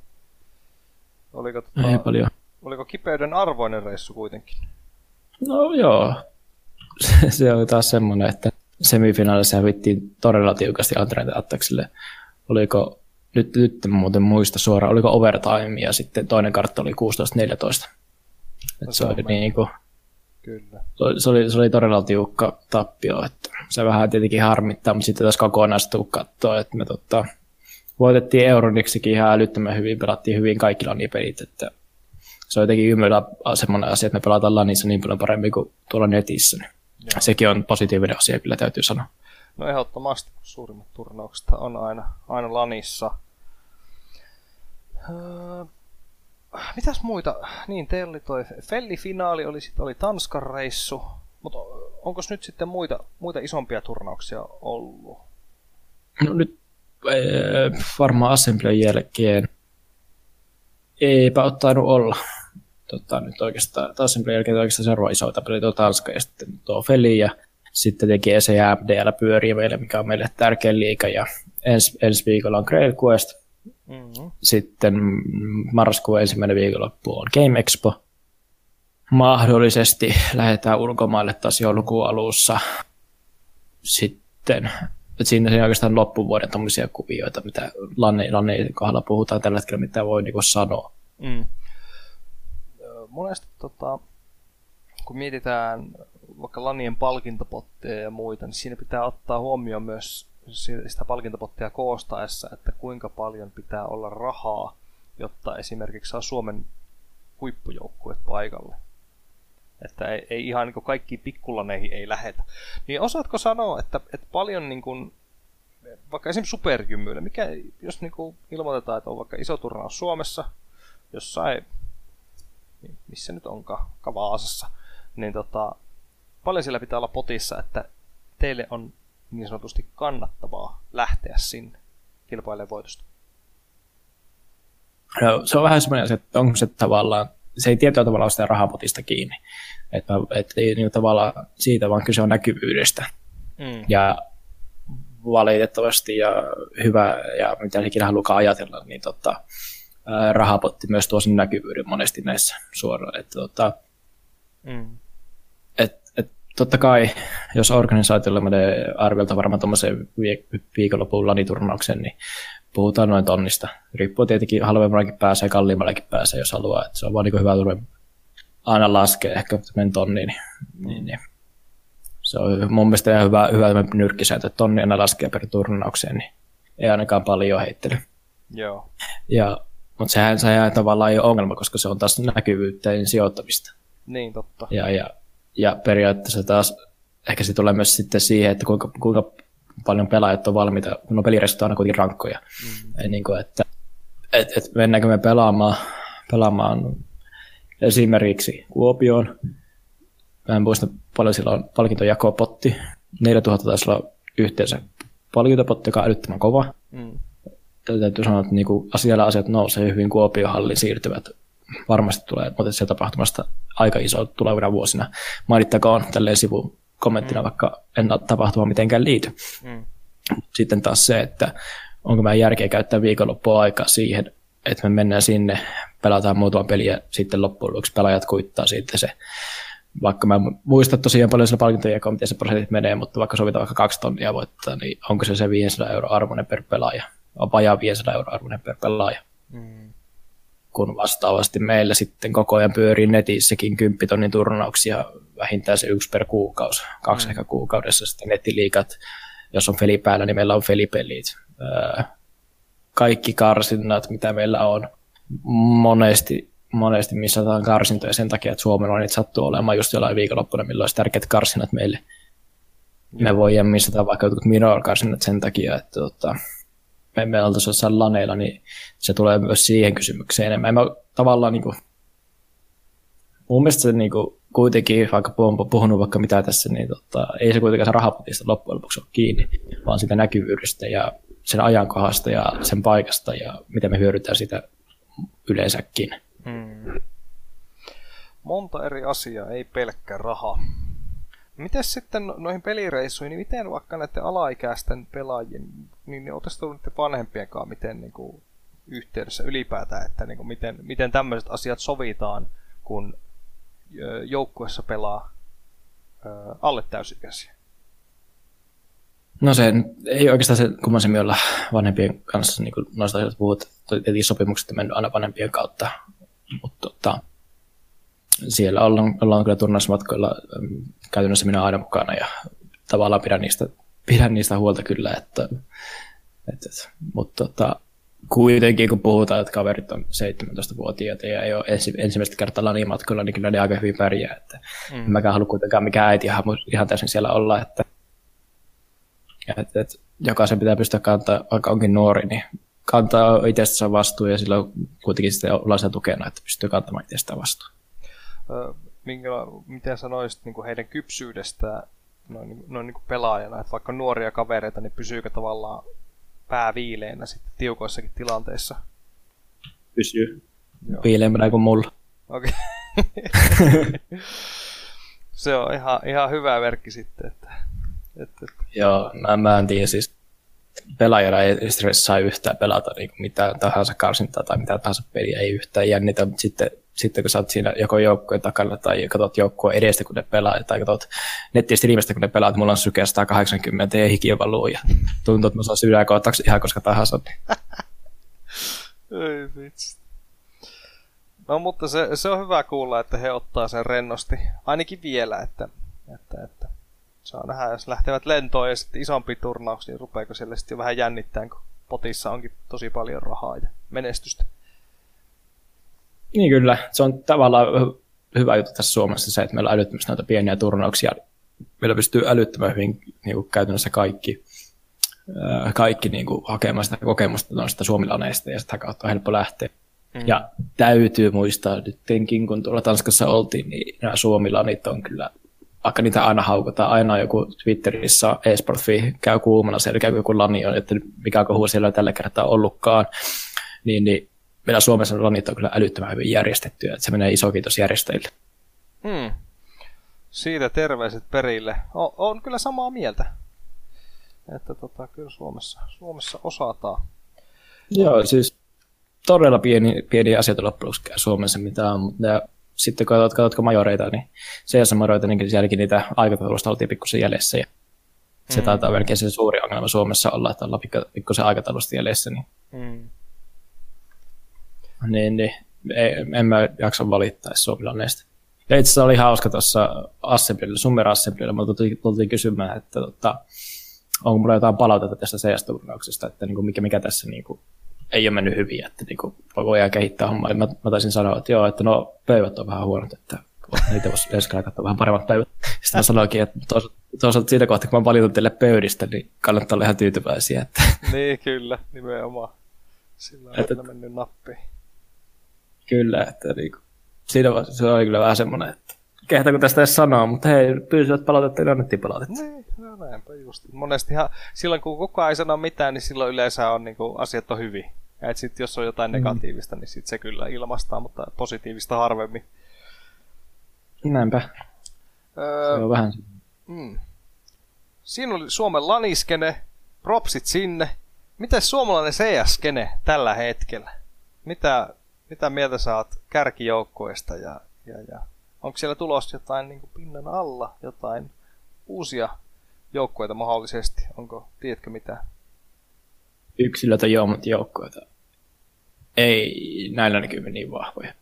Oliko kipeyden arvoinen reissu kuitenkin? No joo. Se oli taas semmoinen, että semifinaalissa hävittiin todella tiukasti Antreinte Attacksille. Oliko, nyt en muuten muista suoraan, oliko overtime ja sitten toinen kartta oli 16-14. Se oli niinku, kyllä. Se oli todella tiukka tappio. Että se vähän tietenkin harmittaa, mutta sitten taas kokonaisuutta katsoa, että me voitettiin Euronixikin ihan älyttömän hyvin, pelattiin hyvin kaikki LAN-pelit. Että se on jotenkin ymmällä semmoinen asia, että me pelataan LANissa niin paljon paremmin kuin tuolla netissä. Joo. Sekin on positiivinen asia, kyllä täytyy sanoa. No ehdottomasti, kun suurimmat turnaukset on aina LANissa. Mitäs muita? Niin, teillä oli toi Felli-finaali, oli Tanskan reissu. Mutta onko nyt sitten muita isompia turnauksia ollut? No nyt varmaan Assemblyn jälkeen eipä ole tainnut olla. Nyt oikeastaan Assemblyn jälkeen oikeastaan seuraava iso tapeli tuo Tanska ja sitten tuo Feli ja sitten teki ESE ja MDL pyörii meille, mikä on meille tärkeä liiga ja ensi viikolla on Grail Quest. Mm-hmm. Sitten marraskuun ensimmäinen viikonloppu on Game Expo. Mahdollisesti lähdetään ulkomaille taas joulukuun alussa. Sitten siinä on oikeastaan loppuvuoden tämmöisiä kuvioita, mitä Lannin kohdalla puhutaan tällä hetkellä, mitä voi niinku sanoa. Mm. Monesti kun mietitään vaikka LANien palkintopotteja ja muita, niin siinä pitää ottaa huomioon myös sitä palkintopottia koostaessa, että kuinka paljon pitää olla rahaa, jotta esimerkiksi saa Suomen huippujoukkueet paikalle. Että ei ihan niin kuin kaikkiin pikkulaneihin ei lähetä. Niin osaatko sanoa, että paljon niin kuin, vaikka esimerkiksi superjymyillä, mikä jos niin kuin ilmoitetaan, että on vaikka iso turnaus Suomessa, jossain, missä nyt onkaan, Vaasassa, niin paljon siellä pitää olla potissa, että teille on niin sanotusti kannattavaa lähteä sinne kilpailemaan voitosta? No, se on vähän semmoinen asia, että onko se tavallaan, se ei tietyllä tavalla ole sitä rahapotista kiinni. Että ei niin tavallaan siitä, vaan kyse on näkyvyydestä. Mm. Ja valitettavasti ja hyvä, ja mitä ikinä halukaan ajatella, niin rahapotti myös tuo sen näkyvyyden monesti näissä suoraan. Totta kai, jos organisaatiolla menee arviolta varmaan tuommoisen viikonlopun laniturnaukseen, niin puhutaan noin tonnista. Riippuu tietenkin, halvemmallakin pääsee, kalliimmallakin pääsee, jos haluaa. Että se on vaan niin hyvä turve aina laskee ehkä tonniin. Niin. Se on mun mielestä ihan hyvä nyrkkisääntö, että tonni aina laskee per turnaukseen, niin ei ainakaan paljon heittely. Joo. Mutta sehän tavallaan ei ole ongelma, koska se on taas näkyvyyteen sijoittamista. Niin, totta. Ja periaatteessa taas ehkä se tulee myös sitten siihen, että kuinka paljon pelaajat on valmiita, kun pelireissut on aina kuitenkin rankkoja. Mm. Niin kuin, että mennäänkö me pelaamaan esimerkiksi Kuopioon. Mä en muista paljon sillä on palkintojakopotti. 4000 taisi olla yhteensä palkintopotti, joka on älyttömän kova. Mm. Täytyy sanoa, että niinku asiat nousee hyvin, Kuopion hallin siirtyvät. Varmasti tulee se tapahtumasta aika iso tulevina vuosina. Mainittakoon tälleen sivukommenttina, vaikka en tapahtuma mitenkään liity. Mm. Sitten taas se, että onko meidän järkeä käyttää viikonloppua aikaa siihen, että me mennään sinne, pelataan muutama peli ja sitten loppujen lopuksi pelaajat kuittaa sitten se. Vaikka mä en muista tosiaan paljon sillä palkintojakoa, miten se prosentit menee, mutta vaikka sovitaan vaikka 2 tonnia voittaa, niin onko se 500 € arvoinen per pelaaja? On vajaa 500 € arvoinen per pelaaja. Mm. Kun vastaavasti meillä sitten koko ajan pyörii netissäkin 10 tonnin turnauksia, vähintään se 1 per kuukausi, 2 ehkä kuukaudessa sitten nettiliigat. Jos on Feli päällä, niin meillä on Felipelit. Kaikki karsinnat, mitä meillä on, monesti monesti missataan karsintoja sen takia, että Suomella niitä sattuu olemaan just jollain viikonloppuna, milloin olisi tärkeät karsinnat meille. Me voidaan missata vaikka jotkut minor-karsinnat sen takia, että me oltaisiin jossain laneilla, niin se tulee myös siihen kysymykseen enemmän. Mä tavallaan niin kuin, mun mielestä se niin kuin, kuitenkin, vaikka puhunut vaikka mitä tässä, niin ei se kuitenkaan se rahapotista loppujen lopuksi ole kiinni, vaan sitä näkyvyydestä ja sen ajankohdasta ja sen paikasta ja miten me hyödytään sitä yleensäkin. Monta eri asiaa, ei pelkkä raha. Miten sitten noihin pelireissuihin, niin miten vaikka näiden alaikäisten pelaajien, niin oletko tullut niiden vanhempien kanssa miten niin kuin, yhteydessä ylipäätään, että niin kuin, miten tämmöiset asiat sovitaan, kun joukkueessa pelaa alle täysikäisiä? No se ei oikeastaan se kummallisemmin olla vanhempien kanssa, niin kuin noista asioista puhut, tietenkin sopimukset on mennyt aina vanhempien kautta, mutta siellä ollaan kyllä turnausmatkoilla käytännössä minä aina mukana ja tavallaan pidän niistä huolta kyllä, mutta kuitenkin kun puhutaan, että kaverit on 17-vuotiaita ja ei ole ensimmäistä kertaa lanimatkoilla, niin kyllä ne aika hyvin pärjää. En mäkään halua kuitenkaan mikään äiti ihan täysin siellä olla, että jokaisen pitää pystyä kantaa, vaikka onkin nuori, niin kantaa itsestään vastuun ja silloin kuitenkin sitten ollaan sen tukena, että pystyy kantamaan itsestään vastuun. Miten sanoisit niin kuin heidän kypsyydestä noin niin kuin pelaajana, että vaikka nuoria kavereita, niin pysyykö tavallaan pää viileänä sitten tiukoissakin tilanteissa? Pysyy. Viileämpänä kuin mulla. Okei. Se on ihan hyvä merkki sitten. Joo, mä en tiedä siis. Pelaajana ei stressaa yhtään pelata niin mitään tahansa karsintaa tai mitään tahansa peliä, ei yhtään jännitä, mutta sitten kun sä oot siinä joko joukkueen takana tai katsot joukkueen edestä, kun ne pelaa, tai katsot nettistriimistä, kun ne pelaa, että mulla on sykeä 180 ja hiki valuu, ja tuntuu, että mä saan sydänkohtauksen ihan koska tahansa. Ei vitsi. No mutta se on hyvä kuulla, että he ottaa sen rennosti, ainakin vielä, että saa nähdä, jos lähtevät lentoon ja sitten isompi turnaus, niin rupeako siellä sitten jo vähän jännittämään, kun potissa onkin tosi paljon rahaa ja menestystä. Niin kyllä, se on tavallaan hyvä juttu tässä Suomessa se, että meillä on älyttömästi noita pieniä turnauksia. Meillä pystyy älyttömän hyvin niin kuin käytännössä kaikki niin kuin hakemaan sitä kokemusta noista suomilaneista ja sitä kautta on helppo lähteä. Ja täytyy muistaa nytkin, kun tuolla Tanskassa oltiin, niin nämä suomilanit on kyllä, vaikka niitä aina haukotaan, aina joku Twitterissä eSport.fi käy kuumana, siellä käy joku lani on, että mikä kohu siellä on tällä kertaa ollutkaan, niin meillä Suomessa lanit on kyllä älyttömän hyvin järjestettyä, että se menee iso kiitos järjestäjille. Siitä terveiset perille. On kyllä samaa mieltä, että kyllä Suomessa osataan. Joo, siis todella pieniä asioita loppujen lopuksi Suomessa, mitä on, mutta sitten kun katsotko majoreita, niin CS-majoreita, niin sielläkin niitä aikataulusta oltiin pikkusen jäljessä. Ja se taitaa melkein se suuri ongelma Suomessa olla, että ollaan pikkusen aikataulusta jäljessä. Niin, en mä jaksa valittaa suomilaneista. Ja itse asiassa oli hauska tuossa Summer Assemblyllä, mutta tultiin kysymään, että onko mulla jotain palautetta tästä CS-turnauksesta, että mikä tässä ei ole mennyt hyvin, että voidaan kehittää hommaa. Mä taisin sanoa, että joo, että pöydät on vähän huonot, että niitä voisi ensin katsoa vähän paremmat pöydät. Sitten mä sanoinkin, että toisaalta siitä kohtaa, kun mä valitan teille pöydistä, niin kannattaa olla ihan tyytyväisiä. Että niin, kyllä, nimenomaan. Sillä on aina mennyt nappiin. Kyllä, että siinä se oli kyllä vähän semmoinen, että kehtaako tästä edes sanoa, mutta hei, pyysivät palautetta, niin annettiin palautetta. Niin, no näinpä just. Monestihan silloin, kun kukaan ei sano mitään, niin silloin yleensä on asiat on hyvin. Ja sitten jos on jotain negatiivista, niin sit se kyllä ilmaistaan, mutta positiivista harvemmin. Näinpä. Se on vähän. Siinä oli Suomen laniskene, propsit sinne. Miten suomalainen CS-skene tällä hetkellä? Mitä mieltä sä oot kärkijoukkoista ja onko siellä tulossa jotain pinnan alla, jotain uusia joukkueita mahdollisesti? Tiedätkö mitään? Yksilöitä joo, mutta joukkueita ei näillä näkymin niin vahvoja.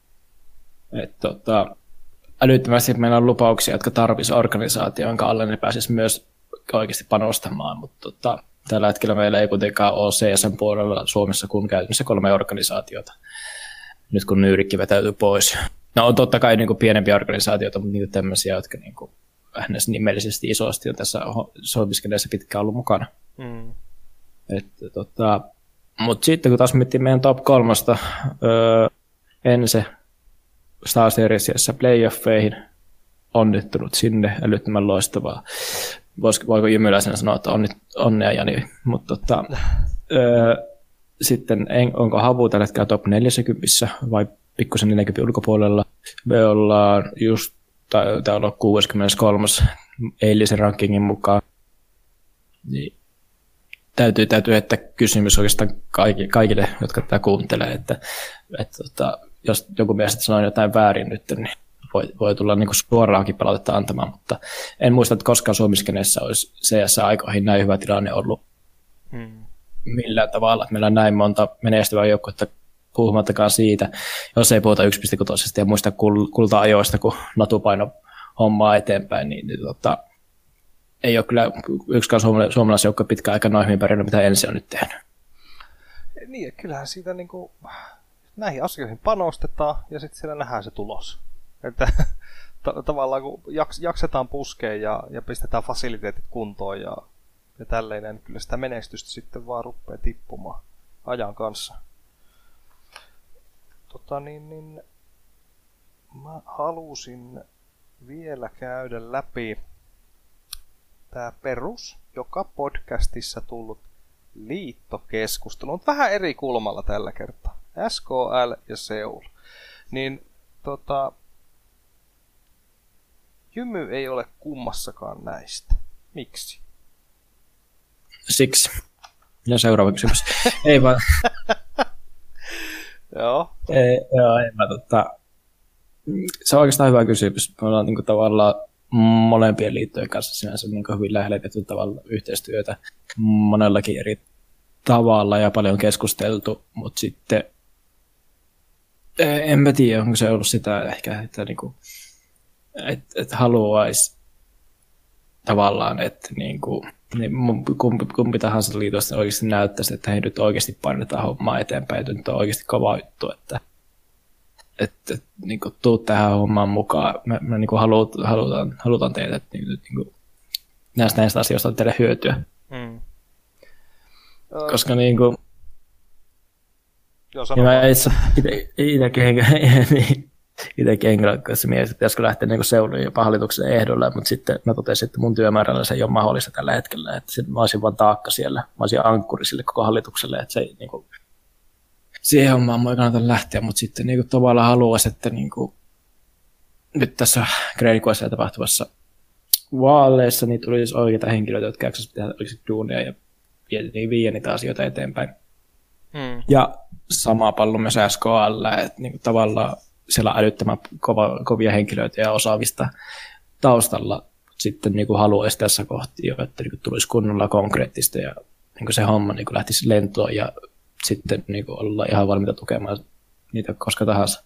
Älyttömästi meillä on lupauksia, jotka tarvitsisi organisaatio, jonka alle ne pääsisi myös oikeasti panostamaan, mutta tällä hetkellä meillä ei kuitenkaan ole CSN puolella Suomessa kuin käytännössä 3 organisaatiota. nyt kun Nyyrikki vetäytyi pois. No on totta kai niin kuin pienempiä organisaatioita, mutta niitä tämmöisiä, jotka niin kuin nimellisesti isosti on tässä soimiskeneessä pitkään ollut mukana. Mutta sitten kun taas miettii meidän top 3, Ense Star Seriesissä playoffeihin, onnittunut sinne, älyttömän loistavaa. Voiko Jymyläisenä sanoa, että onnea Jani, mutta sitten onko Havu tällä hetkellä top 40 vai pikkusen 40 ulkopuolella? Me ollaan just, taitaa olla 63. eilisen rankingin mukaan. Niin täytyy heittää kysymys oikeastaan kaikille, jotka tätä kuuntelee, että jos joku mielestä sanoo jotain väärin nyt, niin voi tulla niin kuin suoraankin palautetta antamaan, mutta en muista, että koskaan Suomiskeneessä olisi CS-aikoihin näin hyvä tilanne ollut millään tavalla, että meillä on näin monta menestyvää joukkuetta puhumattakaan siitä, jos ei puhuta 1.6 ja muista kulta-ajoista, kun Natu paino hommaa eteenpäin, niin ei ole kyllä yksikään suomalaisjoukko pitkään aikaa noin hyvin pärjännyt, mitä Ensi on nyt tehnyt. Niin, kyllähän siitä niin kuin, näihin asioihin panostetaan ja sitten siellä nähdään se tulos. Että tavallaan kun jaksetaan puskea ja pistetään fasiliteetit kuntoon ja tälleen, niin kyllä sitä menestystä sitten vaan rupeaa tippumaan ajan kanssa. Mä halusin vielä käydä läpi tää joka podcastissa tullut liittokeskustelu. On vähän eri kulmalla tällä kertaa. SKL ja Seoul. Niin Jymy ei ole kummassakaan näistä. Miksi? Siksi. Ja seuraava kysymys. Ei vaan. Joo. En mä se on oikeastaan hyvä kysymys. Me ollaan niin tavallaan molempien liittojen kanssa sinänsä niin hyvin lähellä tehty tavalla yhteistyötä monellakin eri tavalla ja paljon keskusteltu, mutta sitten en mä tiedä, onko se ollut sitä ehkä, että niinku, et haluaisi tavallaan, että niinku, niin kumpi tahansa liitosta oikeasti näyttäisi, että hei nyt oikeasti painetaan hommaa eteenpäin, että nyt on oikeasti kova juttu, että niinku, tuu tähän hommaan mukaan. Me niinku halutaan tehdä, että niinku, näistä asioista on teille hyötyä. Koska niinku, niin mä itsekin henkilökohtaisesti mietin, että pitäisikö lähteä niin Seulun jopa hallituksen ehdolle, mutta sitten mä totesin, että mun työmäärällä se ei ole mahdollista tällä hetkellä, että mä olisin vaan taakka siellä, mä olisin ankkuri sille koko hallitukselle, että se ei niin kuin, siihen hommaan mua ei kannata lähteä, mutta sitten niin kuin, tavallaan haluaisi, että niin kuin, nyt tässä Greenquestilla tapahtuvassa vaaleissa niin tulisi oikeita henkilöitä, jotka jaksaisivat tehdä duunia ja viedä niitä asioita eteenpäin. Ja sama pallo myös SKL, että niin kuin, tavallaan siellä on älyttömän kovia henkilöitä ja osaavista taustalla. Sitten niin kuin haluaisi tässä kohti jo, että niin kuin tulisi kunnolla konkreettista ja niin kuin se homma niin kuin lähtisi lentoon ja sitten niin kuin olla ihan valmiita tukemaan niitä koska tahansa.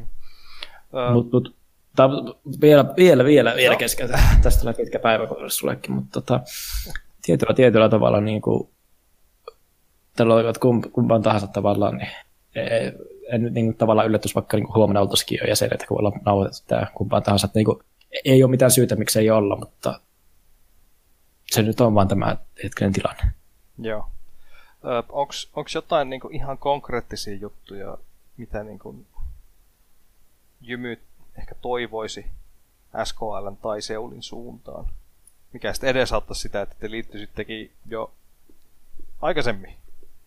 Vielä kesken. Tästä tulee pitkä päivä sullekin, mutta tietyllä tavalla niin kuin tällä olivat kumpaan tahansa tavallaan, niin en nyt niin tavallaan yllätys, vaikka niin huomenna oltaisikin jo jäsenet, että kun ollaan nauhoitettu tämä kumpaan tahansa. Että, niin ei ole mitään syytä, miksi ei olla, mutta se nyt on vaan tämä hetkinen tilanne. Joo. Onko jotain niin ihan konkreettisia juttuja, mitä niin Jymy ehkä toivoisi SKL:n tai Seulin suuntaan? Mikä sitten edesauttaisi sitä, että te liittyisittekin jo aikaisemmin?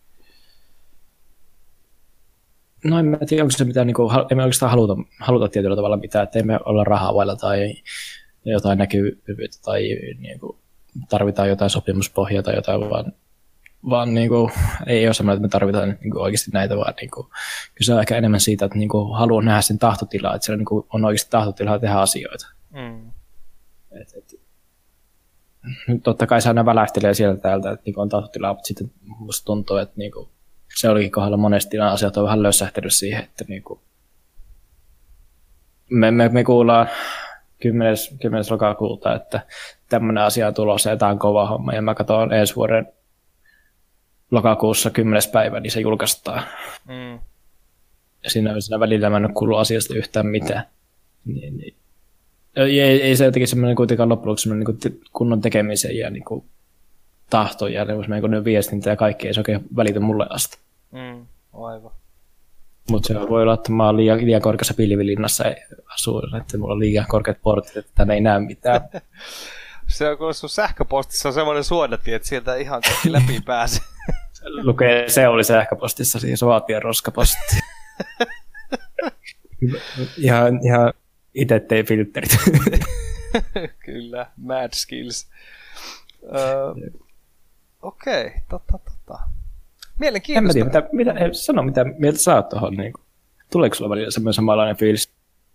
No en mä tiedä, onko se mitään, emme oikeastaan haluta tietyllä tavalla mitään, että emme olla rahaa vailla tai jotain näkyvyyttä tai tarvitaan jotain sopimuspohjaa tai jotain, vaan ei ole semmoinen, että me tarvitaan oikeasti näitä, vaan kyse on ehkä enemmän siitä, että haluan nähdä sen tahtotilaa, että siellä on oikeasti tahtotilaa tehdä asioita. Totta kai se aina välähtelee sieltä täältä, että on tahtotilaa, mutta sitten musta tuntuu, että se olikin kohdalla monesti asiat on vähän lössähtänyt siihen, että me kuullaan 10. lokakuuta, että tämmöinen asia on tulossa ja tämä on kova homma. Ja mä katson ensi vuoden lokakuussa 10. päivä, niin se julkaistaan. siinä välillä mä en ole kuullut asiasta yhtään mitään. Niin. Ei se jotenkin semmoinen kuitenkaan loppujen lopuksi niin kunnon tekemisen ja niin kuin tahto ja niin viestintä ja kaikki ei se oikein välitä mulle asti. Aivan. Mutta se voi olla, että mä oon liian korkeassa pilvilinnassa asuu, että mulla on liian korkeat portit, että tänne ei näe mitään. Se on, kun sun sähköpostissa on semmoinen suodatin, että sieltä ihan kaikki läpi pääsee. Lukee Seuli sähköpostissa, siis Vaapien roskaposti. ihan itse tein filterit. Kyllä, mad skills. Okei, mielenkiintoista. En mä tiedä, sano mitä mieltä sä oot tuohon. Niin tuleeko sulla välillä semmoinen samanlainen fiilis?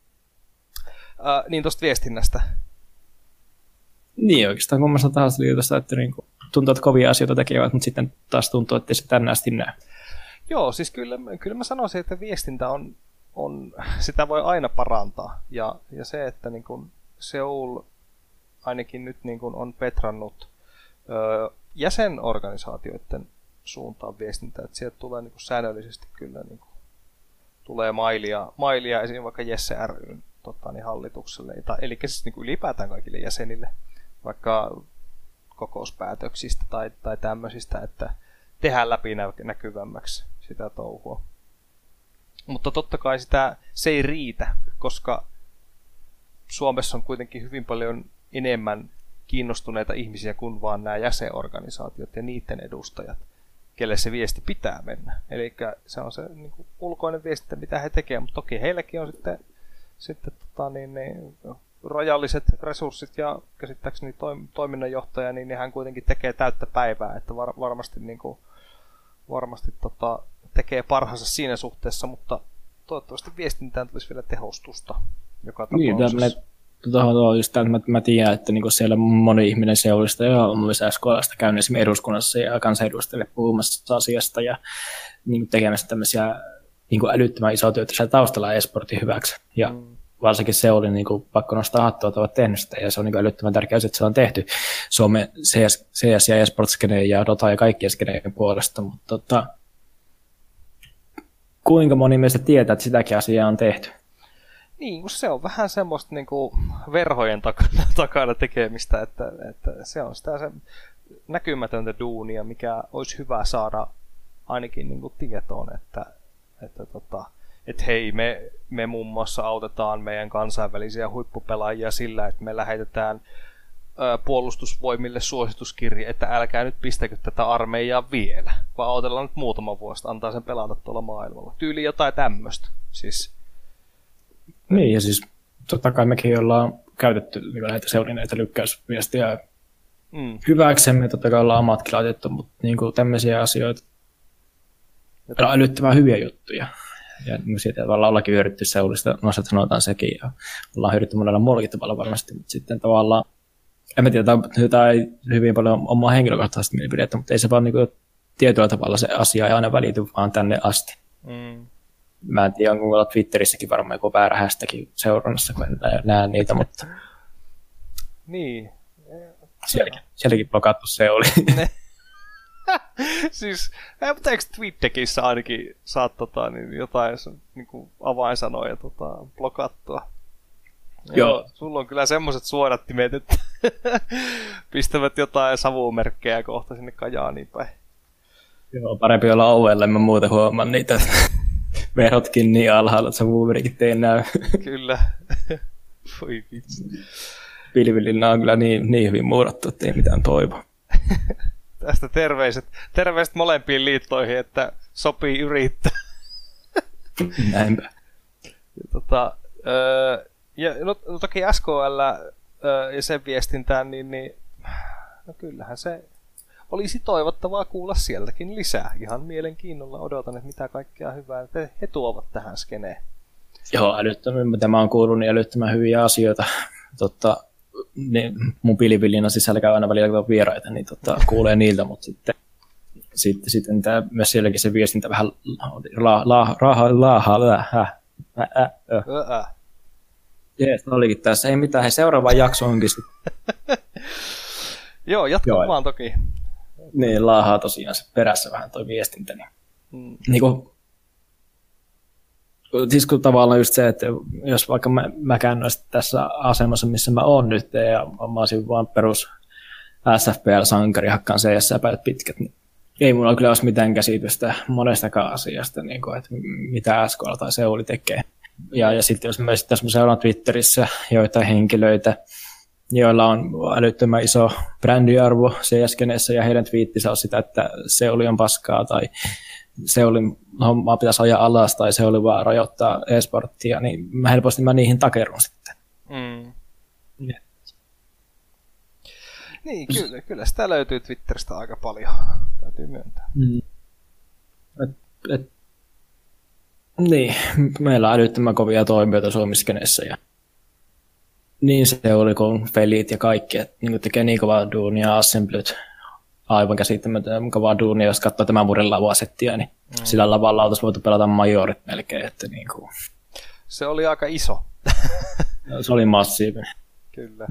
Niin tuosta viestinnästä. Niin oikeastaan kummassa tahansa liitosta, että niin kuin, tuntuu, että kovia asioita tekevät, mutta sitten taas tuntuu, että se tänne asti näe. Joo, siis kyllä mä sanoisin, että viestintä on sitä voi aina parantaa. Ja se, että niin kuin Seoul ainakin nyt niin kuin on petrannut jäsenorganisaatioiden suuntaan viestintää, että sieltä tulee niin kuin säännöllisesti kyllä niin kuin, tulee mailia esimerkiksi vaikka Jesse ryn hallitukselle, eli siis niin kuin ylipäätään kaikille jäsenille, vaikka kokouspäätöksistä tai tämmöisistä, että tehdään läpinäkyvämmäksi sitä touhua. Mutta totta kai se ei riitä, koska Suomessa on kuitenkin hyvin paljon enemmän kiinnostuneita ihmisiä kuin vaan nämä jäsenorganisaatiot ja niiden edustajat, kelle se viesti pitää mennä. Eli se on se niin kuin ulkoinen viestintä, mitä he tekevät, mutta toki heilläkin on sitten rajalliset resurssit ja käsittääkseni toiminnanjohtaja, niin hän kuitenkin tekee täyttä päivää, että varmasti tekee parhaansa siinä suhteessa, mutta toivottavasti viestintään tulisi vielä tehostusta joka tapauksessa. Tuohon just tämän, että mä tiedän, että niinku siellä moni ihminen Seulista ja on myös SKL:sta käynyt esimerkiksi eduskunnassa ja kansanedustajille puhumassa asiasta ja niinku tekemässä tämmöisiä niinku älyttömän isoa työtä siellä taustalla e-sportin hyväksi. Ja varsinkin Seulin niinku pakko nostaa hattua, että ovat tehneet sitä ja se on niinku älyttömän tärkeää, että se on tehty Suomen CS ja e-sport-skeneen ja Dota ja kaikkien skeneen puolesta, mutta kuinka moni meistä tietää, että sitäkin asiaa on tehty? Niin, se on vähän semmoista niin kuin verhojen takana tekemistä, että se on sitä se näkymätöntä duunia, mikä olisi hyvä saada ainakin niin kuin tietoon, että hei, me muun muassa autetaan meidän kansainvälisiä huippupelaajia sillä, että me lähetetään puolustusvoimille suosituskirje, että älkää nyt pistäkö tätä armeijaa vielä, vaan autellaan nyt muutama vuosi, antaa sen pelata tuolla maailmalla. Tyyli jotain tämmöistä. Siis niin, ja siis totta kai mekin ollaan käytetty näitä seurineita lykkäysviestiä hyväksemme, totta kai ollaan omatkin laitettu, mutta niin kuin tämmöisiä asioita on älyttömän hyviä juttuja. Ja niin siitä tavallaan ollaankin hyödytty seurista, no se sanotaan sekin, ja ollaan hyödytty monella muullakin tavalla varmasti, mutta sitten tavallaan, en mä tiedä, tämä ei hyvin paljon omaa henkilökohtaisesti mielipidettä, mutta ei se vaan niin kuin tietyllä tavalla se asia ei aina välity vaan tänne asti. Mä en tiedä, onko Twitterissäkin varmaan joku väärä hashtag seurannassa, kun en näe niitä, mutta niin. Sielläkin blokattu se oli. Siis, mutta eikö Twitterissä ainakin saa niin jotain niin kuin avainsanoja blokattua? Joo. Sulla on kyllä semmoiset suodattimet, että pistävät jotain savumerkkejä kohta sinne Kajaaniin päin. Joo, parempi olla ovella, en mä muuten huomaa niitä. Verhotkin niin alhaalla, että savumerkit ei näy. Kyllä. Voi vitsi. Pilvillillä on kyllä niin hyvin muurattu, että ei mitään toivoa. Tästä terveiset molempiin liittoihin, että sopii yrittää. Näinpä. No toki SKL ja sen viestintään, niin no kyllähän se olisi toivottavaa kuulla sieltäkin lisää. Ihan mielenkiinnolla odotan, että mitä kaikkea hyvää he tuovat tähän skeneen. Joo, älyttömän, mitä mä oon kuullut, niin älyttömän hyviä asioita. Niin mun pilvillina sisällä käy aina välillä vieraita, niin kuulee niiltä, mutta sitten tämä, myös sielläkin se viestintä vähän Jees, olikin tässä. Ei mitään, he seuraavaan jaksoonkin sitten. Joo, jatka vaan toki. Niin, laahaa tosiaan se perässä vähän toi viestintä. Niin kuin, Siis kun tavallaan just se, että jos vaikka mäkään olisin tässä asemassa, missä mä oon nyt, ja mä olisin vaan perus SFPL-sankari, hakkaan CS-päivät pitkät, niin ei mulla kyllä olisi mitään käsitystä monestakaan asiasta, niin kuin, että mitä SKL tai Seuli tekee. Ja sitten jos mä seuraan Twitterissä joitain henkilöitä, joilla on älyttömän iso brändiarvo CS-kenessä, ja heidän twiittinsä on sitä, että Seuli on paskaa, tai Seulin hommaa pitäisi ajaa alas, tai Seuli vaan rajoittaa e-sporttia, niin helposti mä niihin takerun sitten. Mm. Niin, kyllä sitä löytyy Twitteristä aika paljon, täytyy myöntää. Niin, meillä on älyttömän kovia toimijoita Suomiskenessä, ja niin se oli kuin pelit ja kaikki, että niin tekee niin kovaa duunia, Assemblyt, aivan käsittämätön kovaa duunia, jos katsoo tämän vuoden lavasettia, niin sillä lavalla oltaisiin voitu pelata majorit melkein, että niin kuin. Se oli aika iso. Se oli massiivinen. Kyllä.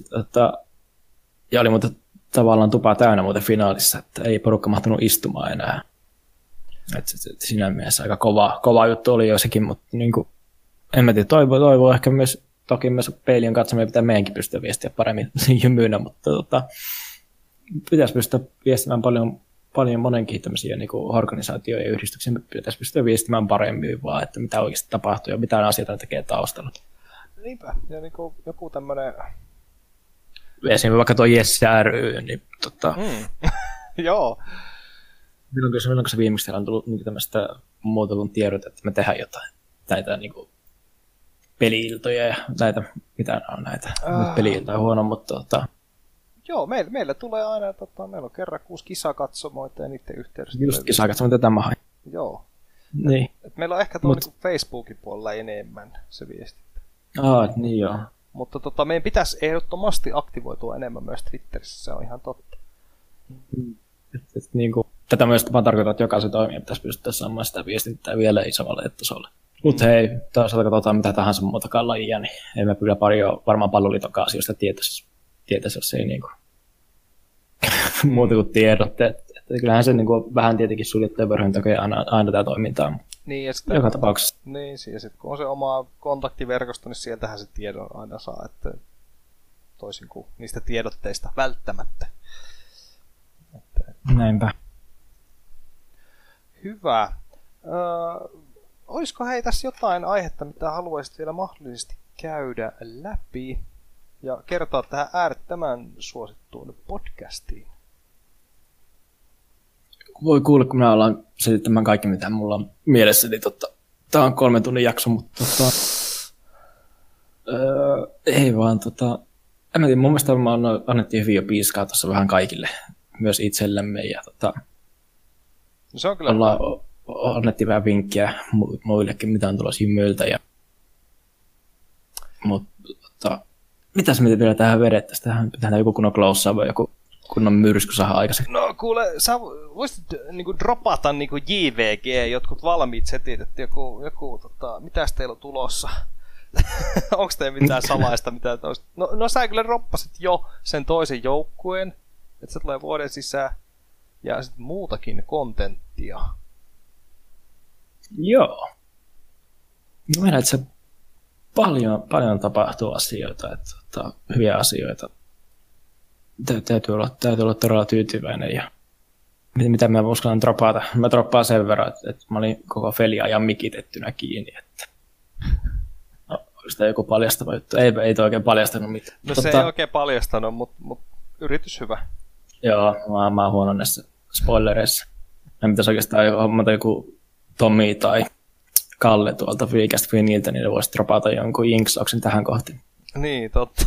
Ja oli muuten tavallaan tupa täynnä muuten finaalissa, että ei porukka mahtunut istumaan enää. Siinä mielessä aika kova juttu oli jo sekin, mutta niin kuin, en mä tiedä, toivoo ehkä myös, toki myös peilien katsominen pitää meidänkin pystyä viestiä paremmin jymyynä, mutta pitäisi pystyä viestimään paljon monenkin tämmöisiä niin kuin organisaatioiden ja yhdistyksiä, pitäisi pystyä viestimään paremmin vaan, että mitä oikeasti tapahtuu ja mitä asioita tekee taustalla. Niinpä, ja niin kuin joku tämmöinen. Esimerkiksi vaikka tuo Jesse ry, niin Joo. Milloinko se viimeksi on tullut niin tämmöistä muotoilun tiedot, että me tehdään jotain näitä niin kuin peli-iltoja ja näitä, mitä on näitä, peli-iltoja huono, mutta Joo, meillä tulee aina, meillä on kerran 6 kisakatsomoita ja niiden yhteydessä. Just kisakatsomoita tämä hain. Joo. Niin. Et meillä on ehkä tuolla niin Facebookin puolella enemmän se viestintä. Niin joo. Mutta meidän pitäisi ehdottomasti aktivoitua enemmän myös Twitterissä, se on ihan totta. Niin tätä myös tarkoittaa, että jokaisen toimijan pitäisi pystyä saamaan sitä viestintää vielä isomalle tasolle. Mutta hei, toisaalta katsotaan mitä tahansa muutakaan lajia, niin ei me kyllä varmaan palloliitonkaan asioista tietäisi, jos ei niinku muuta kuin tiedotte. Että kyllähän se niinku vähän tietenkin suljettujen verhojen takia aina tämä toimintaa. Niin, ja joka tapauksessa. Niin, ja sitten kun on se oma kontaktiverkosto, niin sieltähän se tiedon aina saa, että toisin kuin niistä tiedotteista välttämättä. Näinpä. Hyvä. Olisiko hei tässä jotain aihetta, mitä haluaisit vielä mahdollisesti käydä läpi ja kertoa tähän äärettömän suosittuun podcastiin? Voi kuulla, kun minä ollaan selittämään kaikki, mitä mulla on mielessä, niin tämä on 3 tunnin jakso, mutta ei vaan en tiedä, mun mielestä me annettiin hyvin jo piiskaa tuossa vähän kaikille, myös itsellemme, ja no se on kyllä annettiin vähän vinkkiä muillekin, mitä on tulossa hymyiltä, mutta mitäs me vielä tähän vedettäisiin? Tähän pitää joku kunnon close-up, joku kunnon myrsky saada aikaiseksi. No kuule, sä voisit niinku dropata niinku JVG, jotkut valmiit setit, että joku mitäs teillä on tulossa? Onko teillä mitään salaista? No sä kyllä droppasit jo sen toisen joukkueen, että se tulee vuoden sisään, ja sitten muutakin kontenttia. Joo. Meidän että se paljon tapahtuu asioita, että hyviä asioita. Täytyy olla todella tyytyväinen. Ja mitä mä uskallan dropata? Mä droppaan sen verran, että mä olin koko Felia mikitettynä kiinni. Että onko sitä joku paljastava juttu? Ei toi oikein paljastanut mitään. No se ei oikein paljastanut, mutta yritys hyvä. Joo, mä oon huono näissä spoilereissa. Mä pitäisi oikeastaan hommata joku Tommi tai Kalle tuolta Freecast Finiltä, niin ne voisi dropata jonkun inksauksen tähän kohtiin. Niin, totta.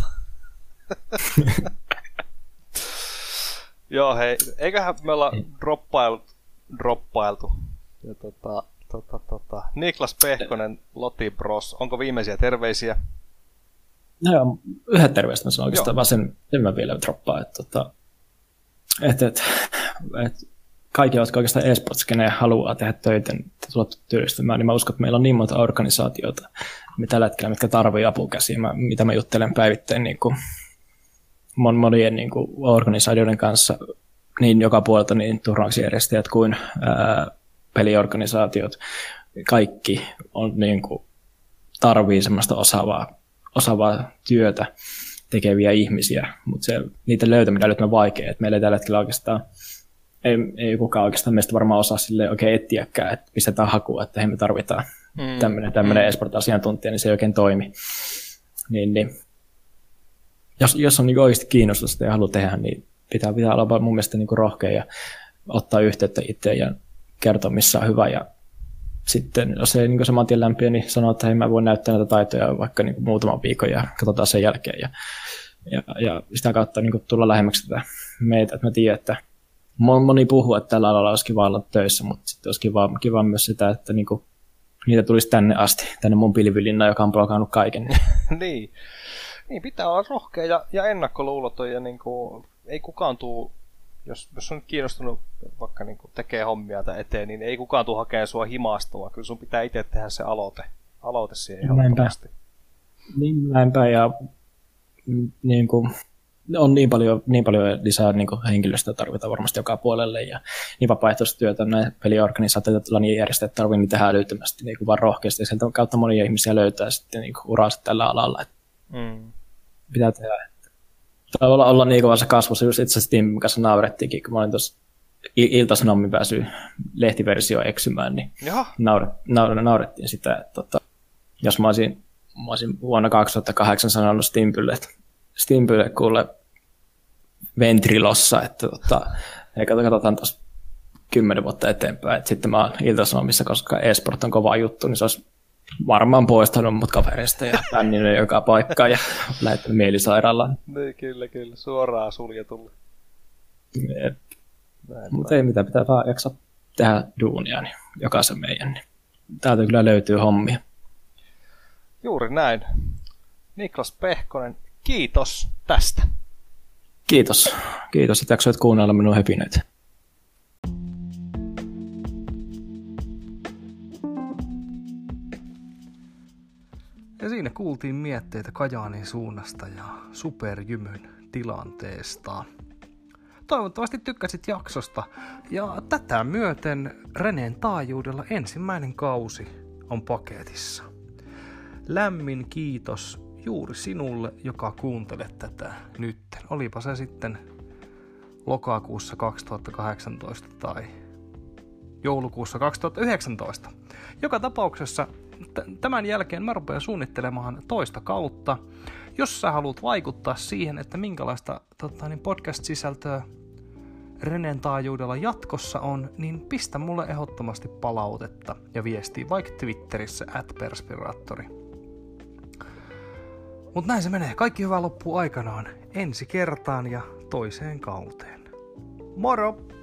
Joo, hei, eiköhän me olla droppailtu. Ja Niklas Pehkonen, Loti Bros, onko viimeisiä terveisiä? No, yhden terveistä mä sanon oikeastaan, vaan sen mä vielä droppaan, että kaikki, jotka oikeastaan e-sports-skeneen haluaa tehdä töitä, tulla työllistymään, niin mä uskon, että meillä on niin monta organisaatiota, tällä hetkellä, mitkä tarvii apukäsiä, mitä mä juttelen päivittäin niin kuin monien niin kuin organisaatioiden kanssa, niin joka puolelta niin turnausjärjestäjät kuin peliorganisaatiot, kaikki on niin kuin, tarvii semmoista osaavaa työtä tekeviä ihmisiä, mutta niiden löytäminen on vaikea. Et meillä ei tällä hetkellä oikeastaan, ei kukaan oikeastaan meistä varmaan osaa silleen oikein etsiäkään, että pistetään hakua, että hei, me tarvitaan tämmöinen esport-asiantuntija, niin se ei oikein toimi. Niin. Jos on niin oikeasti kiinnostusta ja haluaa tehdä, niin pitää olla mun mielestä niin rohkea ja ottaa yhteyttä itse ja kertoa, missä on hyvä. Ja sitten, jos ei niin saman tien lämpiä, niin sanoo, että hei, mä voin näyttää näitä taitoja vaikka niin muutaman viikon ja katsotaan sen jälkeen. Ja sitä kautta niin tulla lähemmäksi tätä meitä. Että mä tiedän, että moni puhuu, että tällä alalla olisi kiva olla töissä, mutta sitten olisi kiva myös sitä, että niin kuin, niitä tulisi tänne asti, tänne mun pilvilinnaan, joka on blokannut kaiken. Niin, pitää olla rohkea ja ennakkoluuloton ja niin kuin, ei kukaan tule, jos on kiinnostunut vaikka niin kuin tekee hommia tai eteen, niin ei kukaan tule hakemaan sua himastumaan. Kyllä sun pitää itse tehdä se aloite siihen ehdottomasti. Näinpä ja niin kuin, on niin paljon lisää niin kuin henkilöstöä tarvitaan varmasti joka puolelle ja niin vapaaehtoistyötä näin peliorganisaatioilla niin järjestetään tarvii niitä tehdä älyttömästi niin kuin vaan rohkeasti ja sieltä kautta monia ihmisiä löytää sitten niin uraansa tällä alalla. Pitää tehdä. Tai olla niin kovassa kasvussa, just itse asiassa Tiimin kanssa naurettiinkin, kun mä olin tuossa Ilta-Sanommin päässyt lehtiversioon eksymään, niin naurettiin sitä, että jos mä olisin vuonna 2008 sanonut Stimpylle kuule Ventrilossa, että katsotaan tuossa 10 vuotta eteenpäin, että sitten mä oon Ilta-Sanomissa, koska e-sport on kova juttu, niin se olisi varmaan poistanut mut kavereista ja bänninyt joka paikkaan ja lähettänyt mielisairaalaan. Niin, kyllä, suoraan suljetulle. Mutta ei mitään, pitää vaan jaksaa tehdä duunia, niin jokaisen meidän. Niin täältä kyllä löytyy hommia. Juuri näin. Niklas Pehkonen, kiitos tästä. Kiitos, että jaksoit kuunnella minun höpinöitä. Ja siinä kuultiin mietteitä Kajaanin suunnasta ja Superjymyn tilanteesta. Toivottavasti tykkäsit jaksosta ja tätä myöten Reneen taajuudella ensimmäinen kausi on paketissa. Lämmin kiitos juuri sinulle, joka kuuntelet tätä nyt. Olipa se sitten lokakuussa 2018 tai joulukuussa 2019. Joka tapauksessa tämän jälkeen mä rupean suunnittelemaan toista kautta. Jos sä haluat vaikuttaa siihen, että minkälaista podcast-sisältöä Reneen taajuudella jatkossa on, niin pistä mulle ehdottomasti palautetta ja viestiä vaikka Twitterissä @perspiraattori. Mut näin se menee. Kaikki hyvää loppuu aikanaan. Ensi kertaan ja toiseen kauteen. Moro!